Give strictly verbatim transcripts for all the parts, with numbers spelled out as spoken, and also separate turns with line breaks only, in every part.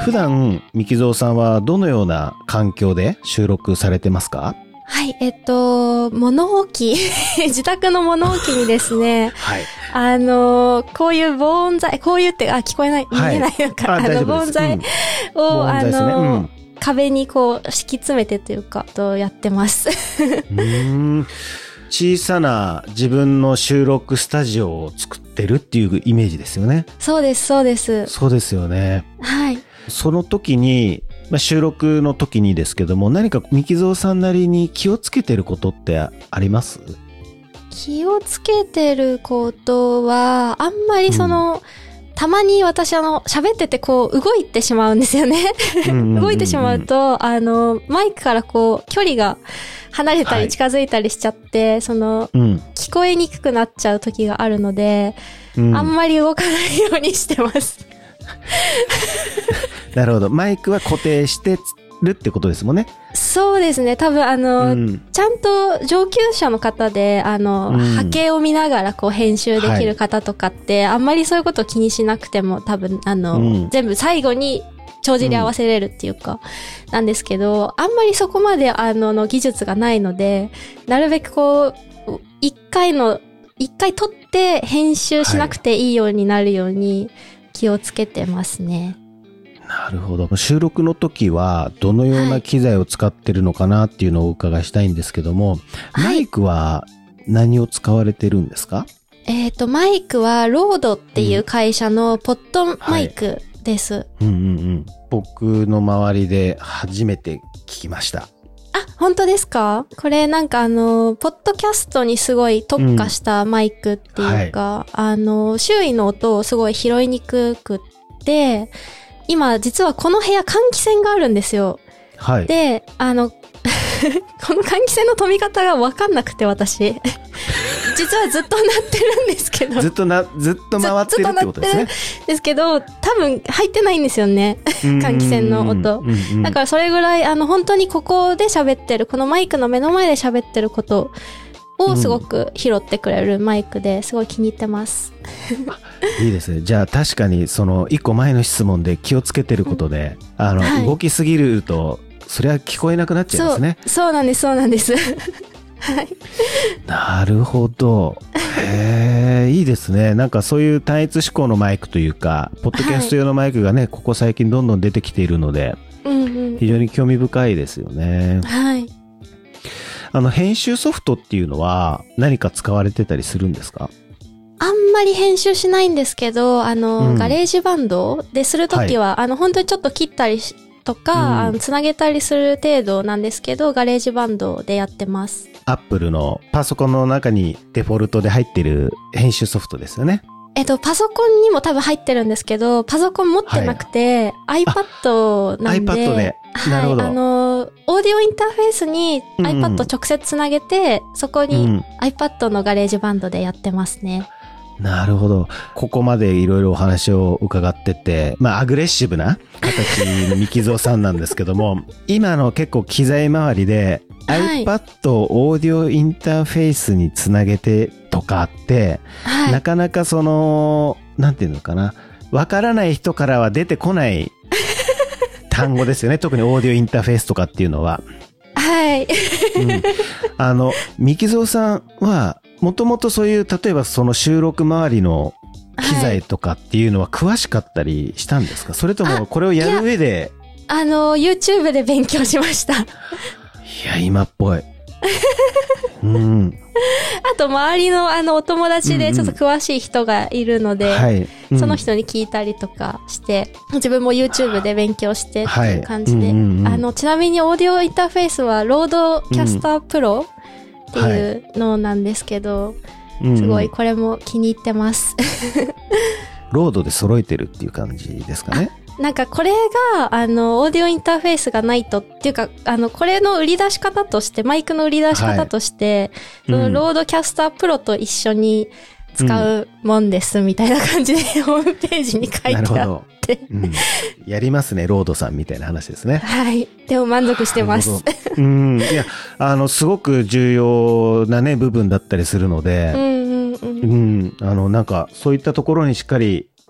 普段ミキゾーさんはどのような環境で収録されてますか？
はい、えっと、物置自宅の物置にですね、
はい。
あの、こういう防音材、こういうって、あ、聞こえない、見えないのか、
はい、あ
あの、防音材を、
うん、
あ
ね、
の、
うん、
壁にこう、敷き詰めてというか、とやってます。
うーん、小さな自分の収録スタジオを作ってるっていうイメージですよね。
そうです、そうです。
そうですよね。
はい。
その時に、まあ、収録の時にですけども、何かミキゾーさんなりに気をつけてることってあります？
気をつけてることは、あんまりその、うん、たまに私あの、喋っててこう、動いてしまうんですよね。動いてしまうと、あの、マイクからこう、距離が離れたり近づいたりしちゃって、はい、その、うん、聞こえにくくなっちゃう時があるので、うん、あんまり動かないようにしてます。
なるほど。マイクは固定してるってことですもんね。
そうですね。多分あの、うん、ちゃんと上級者の方で、あの、うん、波形を見ながらこう編集できる方とかって、はい、あんまりそういうことを気にしなくても多分あの、うん、全部最後に帳尻合わせれるっていうか、うん、なんですけど、あんまりそこまであの、の技術がないので、なるべくこう、一回の、一回撮って編集しなくていいようになるように気をつけてますね。
はい、なるほど。収録の時はどのような機材を使ってるのかなっていうのをお伺いしたいんですけども、はい、マイクは何を使われてるんですか？
えっと、マイクはロードっていう会社のポットマイクです。はい、
うんうんうん。僕の周りで初めて聞きました。
あ、本当ですか？これなんかあの、ポッドキャストにすごい特化したマイクっていうか、うんはい、あの、周囲の音をすごい拾いにくくって、今実はこの部屋換気扇があるんですよ。はい。で、あの、この換気扇の止め方がわかんなくて私。実はずっと鳴ってるんですけど。
ずっとな、ずっと回ってるってことですね。
ですけど、多分入ってないんですよね。換気扇の音。だからそれぐらい、あの、本当にここで喋ってる、このマイクの目の前で喋ってることをすごく拾ってくれるマイクですごい気に入ってます。
いいですね。じゃあ確かにその一個前の質問で気をつけてることで、うん、あの、はい、動きすぎると、それは聞こえなくなっちゃいますね。
そう、そうなんです、そうなんです。はい。
なるほど。へえ、いいですね。なんかそういう単一指向のマイクというか、ポッドキャスト用のマイクがね、はい、ここ最近どんどん出てきているので、うんうん、非常に興味深いですよね。
はい。
あの、編集ソフトっていうのは何か使われてたりするんですか？
あんまり編集しないんですけど、あの、うん、ガレージバンドでするときは、はい、あの、本当にちょっと切ったりとか、うん、あのつなげたりする程度なんですけど、ガレージバンドでやってます。
アップルのパソコンの中にデフォルトで入ってる編集ソフトですよね。
えっと、パソコンにも多分入ってるんですけど、パソコン持ってなくて、はい、iPad なんで。
iPad で。なるほど。
はい、あの、オーディオインターフェースに iPad 直接つなげて、うん、そこに iPad のガレージバンドでやってますね。
なるほど。ここまでいろいろお話を伺ってて、まあアグレッシブな形のミキゾーさんなんですけども、今の結構機材周りで、はい、iPad をオーディオインターフェースにつなげてとかって、はい、なかなかその、なんていうのかな、わからない人からは出てこない単語ですよね。特にオーディオインターフェースとかっていうのは。
はい。
うん、あの、ミキゾーさんは、もともとそういう、例えばその収録周りの機材とかっていうのは詳しかったりしたんですか？はい、それともこれをやる上で。
あの、YouTube で勉強しました。い
や、今っぽい。うん。
あと、周りのあの、お友達でちょっと詳しい人がいるので、うんうんはいうん、その人に聞いたりとかして、自分も YouTube で勉強してっていう感じで、はいうんうんうん、あの、ちなみにオーディオインターフェースは、ロードキャスタープロ、うんっていうのなんですけど、はい、すごいこれも気に入ってます。
ロードで揃えてるっていう感じですかね。
なんかこれが、あの、オーディオインターフェースがないとっていうか、あの、これの売り出し方として、マイクの売り出し方として、はい、そのロードキャスタープロと一緒に使うもんですみたいな感じで、うん、ホームページに書いてあって。なるほど。うん、
やりますね、ロードさんみたいな話ですね。
はい。でも満足してます。
うん。いや、あの、すごく重要なね、部分だったりするので、うんうんうん。うん。あの、なんか、そういったところにしっかり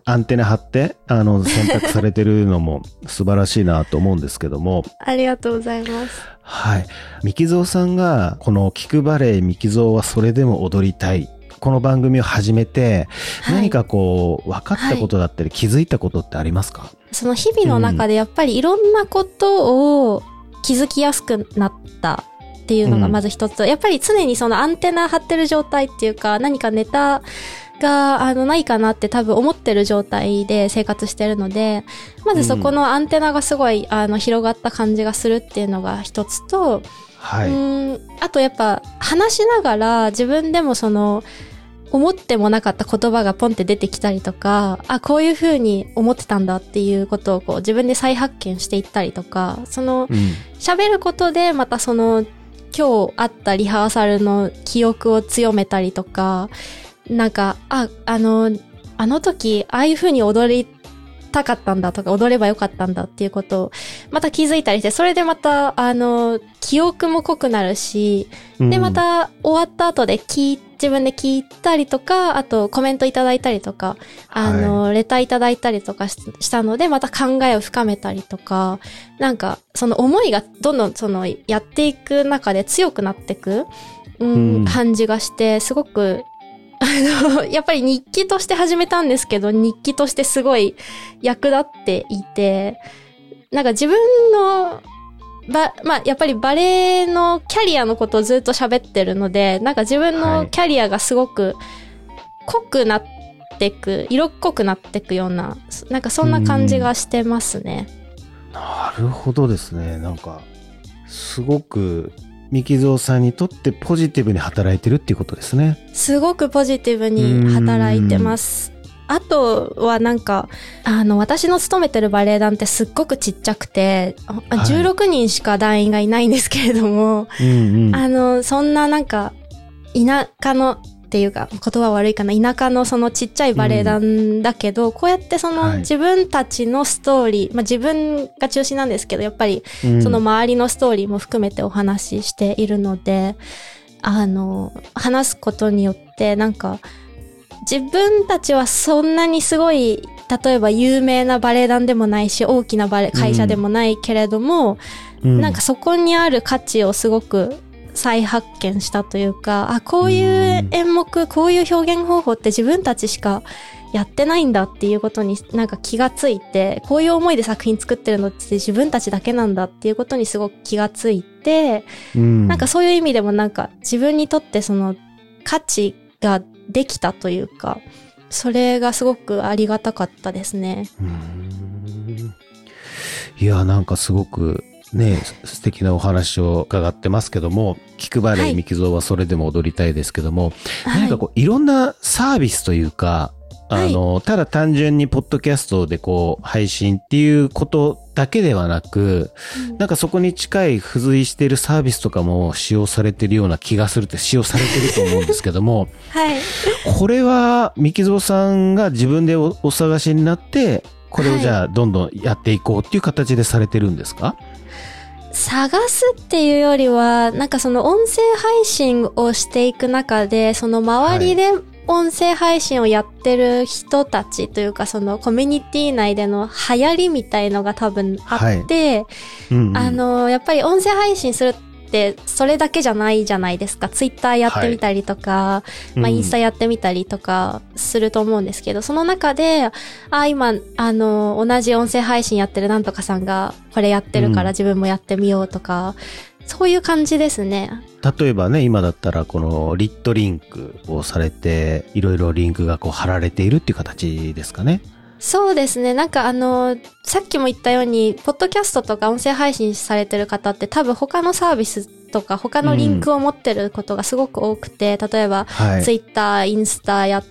アンテナ張って、あの、選択されてるのも素晴らしいなと思うんですけども。
ありがとうございます。
はい。ミキゾーさんが、この聞くバレエミキゾーはそれでも踊りたい。この番組を始めて、はい、何かこう、分かったことだったり、はい、気づいたことってありますか？
その日々の中でやっぱりいろんなことを気づきやすくなったっていうのがまず一つ、うん、やっぱり常にそのアンテナ張ってる状態っていうか、何かネタがあのないかなって多分思ってる状態で生活してるので、まずそこのアンテナがすごいあの広がった感じがするっていうのが一つと、
はい、
うんあとやっぱ話しながら自分でもその思ってもなかった言葉がポンって出てきたりとか、あ、こういう風に思ってたんだっていうことをこう自分で再発見していったりとか、その喋、うん、ることでまたその今日あったリハーサルの記憶を強めたりとか、なんか、あ、あの、あの時ああいう風に踊りたかったんだとか踊ればよかったんだっていうことをまた気づいたりして、それでまたあの記憶も濃くなるし、でまた終わった後で聞い自分で聞いたりとか、あとコメントいただいたりとか、あの、はい、レターいただいたりとか し, したのでまた考えを深めたりとか、なんかその思いがどんどんそのやっていく中で強くなっていく、うん、うん、感じがして、すごくあの、やっぱり日記として始めたんですけど、日記としてすごい役立っていて、なんか自分の、ば、まあ、やっぱりバレエのキャリアのことをずっと喋ってるので、なんか自分のキャリアがすごく濃くなっていく、色濃くなっていくような、なんかそんな感じがしてますね。
なるほどですね。なんか、すごく、ミキゾーさんにとってポジティブに働いてるっていうことですね。
すごくポジティブに働いてます。あとはなんか、あの、私の勤めてるバレエ団ってすっごくちっちゃくて、はい、じゅうろくにんしか団員がいないんですけれども、うんうん、あの、そんななんか、田舎の、っていうか、言葉悪いかな、田舎のそのちっちゃいバレエ団だけど、うん、こうやってその自分たちのストーリー、はい、まあ自分が中心なんですけど、やっぱりその周りのストーリーも含めてお話ししているので、あの、話すことによってなんか、自分たちはそんなにすごい、例えば有名なバレエ団でもないし、大きなバレエ会社でもないけれども、うん、なんかそこにある価値をすごく再発見したというか、あ、こういう演目、うん、こういう表現方法って自分たちしかやってないんだっていうことになんか気がついて、こういう思いで作品作ってるのって自分たちだけなんだっていうことにすごく気がついて、うん、なんかそういう意味でもなんか自分にとってその価値ができたというか、それがすごくありがたかったですね。
うーん、いや、なんかすごくね、素敵なお話を伺ってますけども、聞くバレエミキゾーはそれでも踊りたいですけども、はい、何かこういろんなサービスというか、あの、はい、ただ単純にポッドキャストでこう配信っていうことだけではなく、うん、なんかそこに近い付随しているサービスとかも使用されているような気がするって使用されてると思うんですけども、
はい。
これはミキゾーさんが自分で お, お探しになって、これをじゃあどんどんやっていこうっていう形でされてるんですか？
探すっていうよりは、なんかその音声配信をしていく中で、その周りで音声配信をやってる人たちというか、そのコミュニティ内での流行りみたいのが多分あって、はいうんうん、あの、やっぱり音声配信するってそれだけじゃないじゃないですか。ツイッターやってみたりとか、はい、まあインスタやってみたりとかすると思うんですけど、うん、その中で、あ、今、あの、同じ音声配信やってるなんとかさんがこれやってるから自分もやってみようとか、うん、そういう感じですね。
例えばね、今だったらこのリットリンクをされて、いろいろリンクがこう貼られているっていう形ですかね。
そうですね。なんかあの、さっきも言ったように、ポッドキャストとか音声配信されてる方って多分他のサービスとか他のリンクを持ってることがすごく多くて、うん、例えば、はい、ツイッター、インスタやって、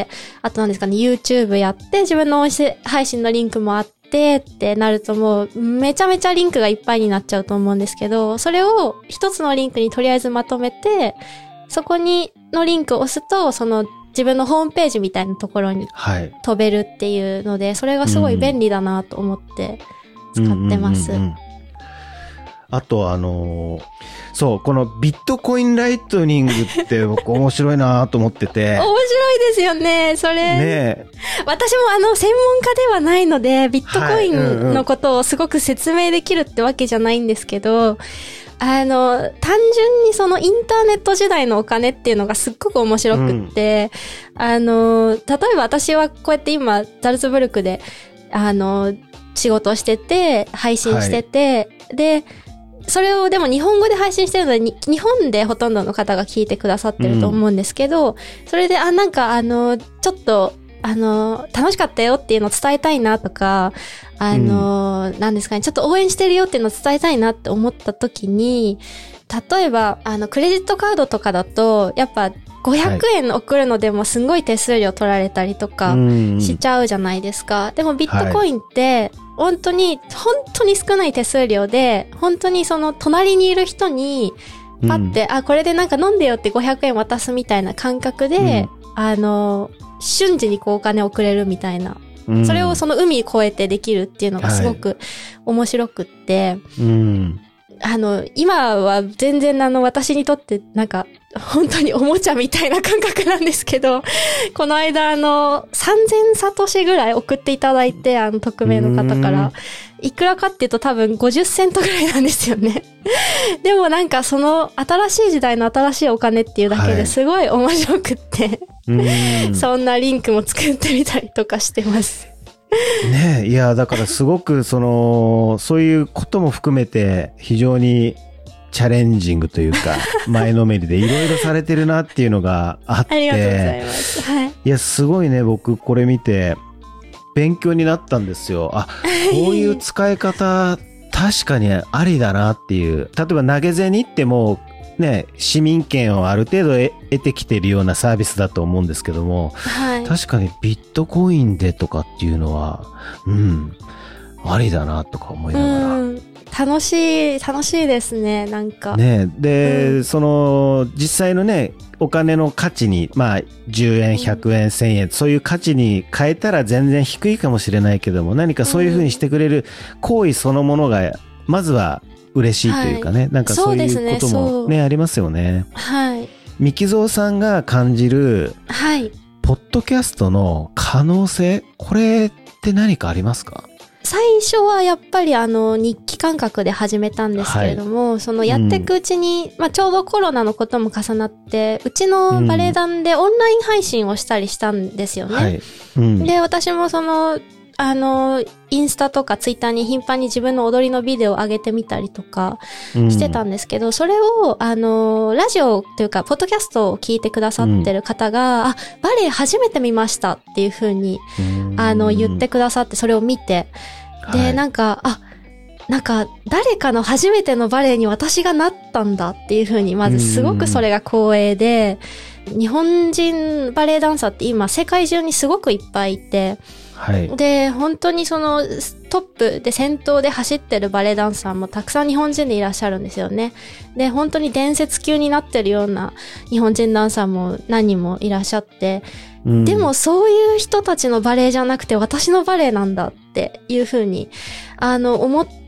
あと何ですかね、YouTube やって、自分の音声配信のリンクもあってってなるともうめちゃめちゃリンクがいっぱいになっちゃうと思うんですけど、それを一つのリンクにとりあえずまとめて、そこにのリンクを押すと、その自分のホームページみたいなところに飛べるっていうので、はい、それがすごい便利だなと思って使ってます。
あとあのー、そう、このビットコインライトニングって僕面白いなと思ってて。
面白いですよね、それ。
ね
私もあの、専門家ではないので、ビットコインのことをすごく説明できるってわけじゃないんですけど、あの、単純にそのインターネット時代のお金っていうのがすっごく面白くって、うん、あの、例えば私はこうやって今、ザルツブルクで、あの、仕事をしてて、配信してて、はい、で、それをでも日本語で配信してるので、日本でほとんどの方が聞いてくださってると思うんですけど、うん、それで、あ、なんかあの、ちょっと、あの、楽しかったよっていうのを伝えたいなとか、あの、うん、なんですかね、ちょっと応援してるよっていうのを伝えたいなって思った時に、例えば、あの、クレジットカードとかだと、やっぱごひゃくえん送るのでもすんごい手数料取られたりとかしちゃうじゃないですか。はい、でもビットコインって、本当に、本当に少ない手数料で、本当にその隣にいる人に、パッて、うん、あ、これでなんか飲んでよってごひゃくえん渡すみたいな感覚で、うん、あの、瞬時にこうお金をくれるみたいな。うん、それをその海越えてできるっていうのがすごく面白くって、はいうん、あの、今は全然あの私にとってなんか本当におもちゃみたいな感覚なんですけど、この間あのさんぜんサトシぐらい送っていただいて、あの匿名の方から、いくらかっていうと多分ごじゅっセントぐらいなんですよね。でもなんかその新しい時代の新しいお金っていうだけですごい面白くって、はい、そんなリンクも作ってみたりとかしてます。
ねえ、いやだからすごくそのそういうことも含めて非常にチャレンジングというか前のめりでいろいろされてるなっていうのがあって、
ありがとうございます。はい。
いやすごいね、僕これ見て勉強になったんですよ。あ、こういう使い方確かにありだなっていう。例えば投げ銭ってもうね、市民権をある程度得てきてるようなサービスだと思うんですけども、はい、確かにビットコインでとかっていうのは、うん、ありだなとか思いながら。
うん、楽しい、楽しいですね、なんか。
ね、で、うん、その、実際のね、お金の価値に、まあ、じゅうえん、ひゃくえん、せんえん、そういう価値に変えたら全然低いかもしれないけども、何かそういう風にしてくれる行為そのものが、まずは嬉しいというかね、はい、なんかそういうこともね、ありますよね。
はい。
ミキゾーさんが感じる、
はい。
ポッドキャストの可能性、これって何かありますか？
最初はやっぱりあの日記感覚で始めたんですけれども、はい、そのやっていくうちに、うん、まあちょうどコロナのことも重なって、うちのバレエ団でオンライン配信をしたりしたんですよね。はいうん、で、私もその、あの、インスタとかツイッターに頻繁に自分の踊りのビデオを上げてみたりとかしてたんですけど、うん、それを、あの、ラジオというか、ポッドキャストを聞いてくださってる方が、うん、あ、バレエ初めて見ましたっていう風に、あの、言ってくださって、それを見て、で、はい、なんか、あ、なんか、誰かの初めてのバレエに私がなったんだっていう風に、まずすごくそれが光栄で、日本人バレエダンサーって今世界中にすごくいっぱいいて、はい、で、本当にそのトップで先頭で走ってるバレエダンサーもたくさん日本人でいらっしゃるんですよね。で、本当に伝説級になってるような日本人ダンサーも何人もいらっしゃって、うん、でもそういう人たちのバレエじゃなくて私のバレエなんだっていうふうに、あの、思って、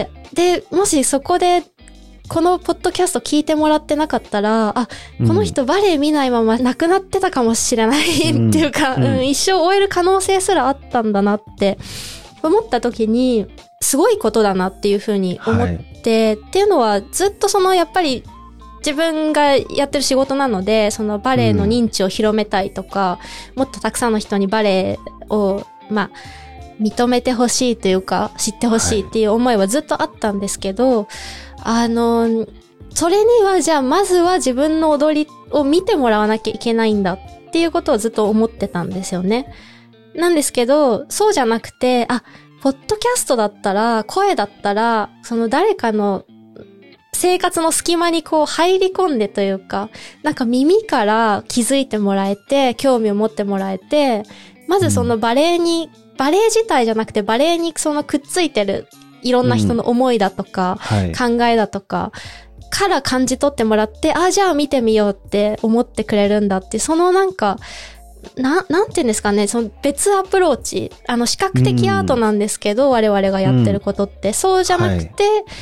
で、もしそこでこのポッドキャスト聞いてもらってなかったら、あ、この人バレエ見ないまま亡くなってたかもしれない、うん、っていうか、うんうん、一生終える可能性すらあったんだなって思った時に、すごいことだなっていうふうに思って、はい、っていうのはずっとそのやっぱり自分がやってる仕事なので、そのバレエの認知を広めたいとか、うん、もっとたくさんの人にバレエを、まあ、認めてほしいというか、知ってほしいっていう思いはずっとあったんですけど、はい、あの、それにはじゃあまずは自分の踊りを見てもらわなきゃいけないんだっていうことをずっと思ってたんですよね。なんですけど、そうじゃなくて、あ、ポッドキャストだったら、声だったら、その誰かの生活の隙間にこう入り込んでというか、なんか耳から気づいてもらえて、興味を持ってもらえて、まずそのバレエに、うん、バレエ自体じゃなくてバレエにそのくっついてるいろんな人の思いだとか、うんはい、考えだとかから感じ取ってもらって、あ、じゃあ見てみようって思ってくれるんだって、そのなんか、な、なんていうんですかね、その別アプローチ、あの視覚的アートなんですけど、うん、我々がやってることって、そうじゃなくて、はい、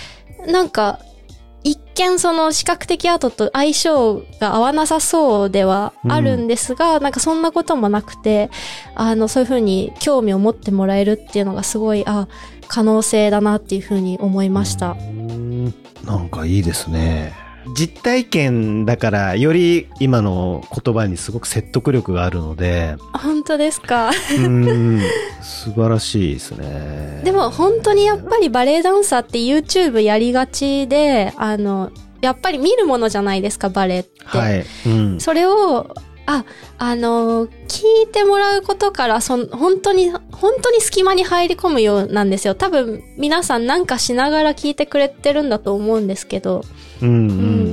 なんか、一見その視覚的アートと相性が合わなさそうではあるんですが、うん、なんかそんなこともなくて、あの、そういうふうに興味を持ってもらえるっていうのがすごい、あ、可能性だなっていうふうに思いました。
うーん、なんかいいですね。実体験だからより今の言葉にすごく説得力があるので。
本当ですか？
うーん、素晴らしいですね。
でも本当にやっぱりバレエダンサーって YouTube やりがちで、あの、やっぱり見るものじゃないですか、バレエって。
はい。うん、
それを、あ、あの、聞いてもらうことから、そん、本当に、本当に隙間に入り込むようなんですよ。多分、皆さんなんかしながら聞いてくれてるんだと思うんですけど。
うん、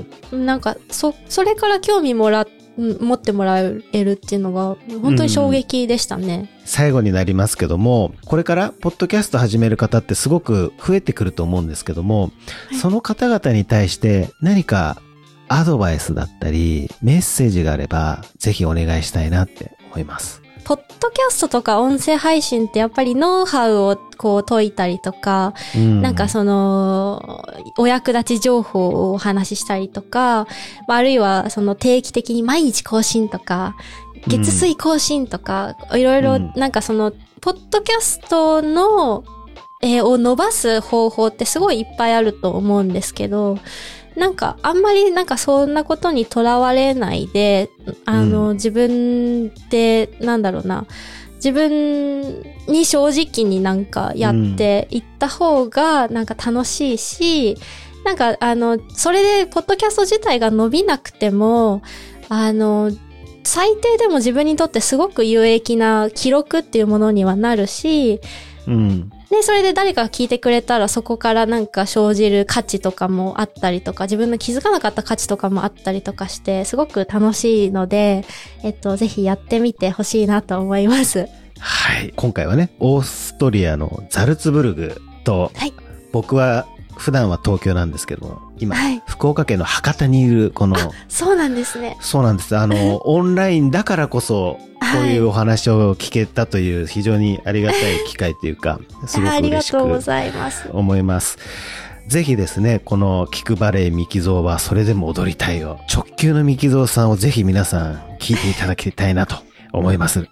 うん。なんか、そ、それから興味もら、持ってもらえるっていうのが、本当に衝撃でしたね。
うん、最後になりますけども、これから、ポッドキャスト始める方ってすごく増えてくると思うんですけども、はい、その方々に対して何か、アドバイスだったり、メッセージがあれば、ぜひお願いしたいなって思います。
ポッドキャストとか音声配信ってやっぱりノウハウをこう解いたりとか、うん、なんかその、お役立ち情報をお話ししたりとか、あるいはその定期的に毎日更新とか、月水更新とか、うん、いろいろなんかその、ポッドキャストの、えー、を伸ばす方法ってすごいいっぱいあると思うんですけど、なんか、あんまりなんかそんなことにとらわれないで、あの、うん、自分で、なんだろうな、自分に正直になんかやっていった方がなんか楽しいし、うん、なんかあの、それでポッドキャスト自体が伸びなくても、あの、最低でも自分にとってすごく有益な記録っていうものにはなるし、
うん。
で、それで誰かが聞いてくれたらそこからなんか生じる価値とかもあったりとか、自分の気づかなかった価値とかもあったりとかして、すごく楽しいので、えっと、ぜひやってみてほしいなと思います。
はい。今回はね、オーストリアのザルツブルグと、はい、僕は普段は東京なんですけども、今、はい、福岡県の博多にいるこの、
そうなんですね。
そうなんです。あの、オンラインだからこそ、こういうお話を聞けたという非常にありがたい機会というか、すごく嬉しく思います。ぜひですね、この聞くバレエミキゾーはそれでも踊りたいを、直球のミキゾーさんをぜひ皆さん聞いていただきたいなと思います。
はい、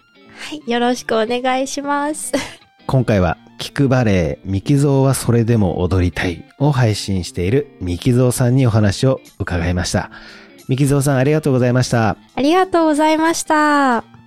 よろしくお願いします。
今回は聞くバレエミキゾーはそれでも踊りたいを配信しているミキゾーさんにお話を伺いました。ミキゾーさんありがとうございました。
ありがとうございました。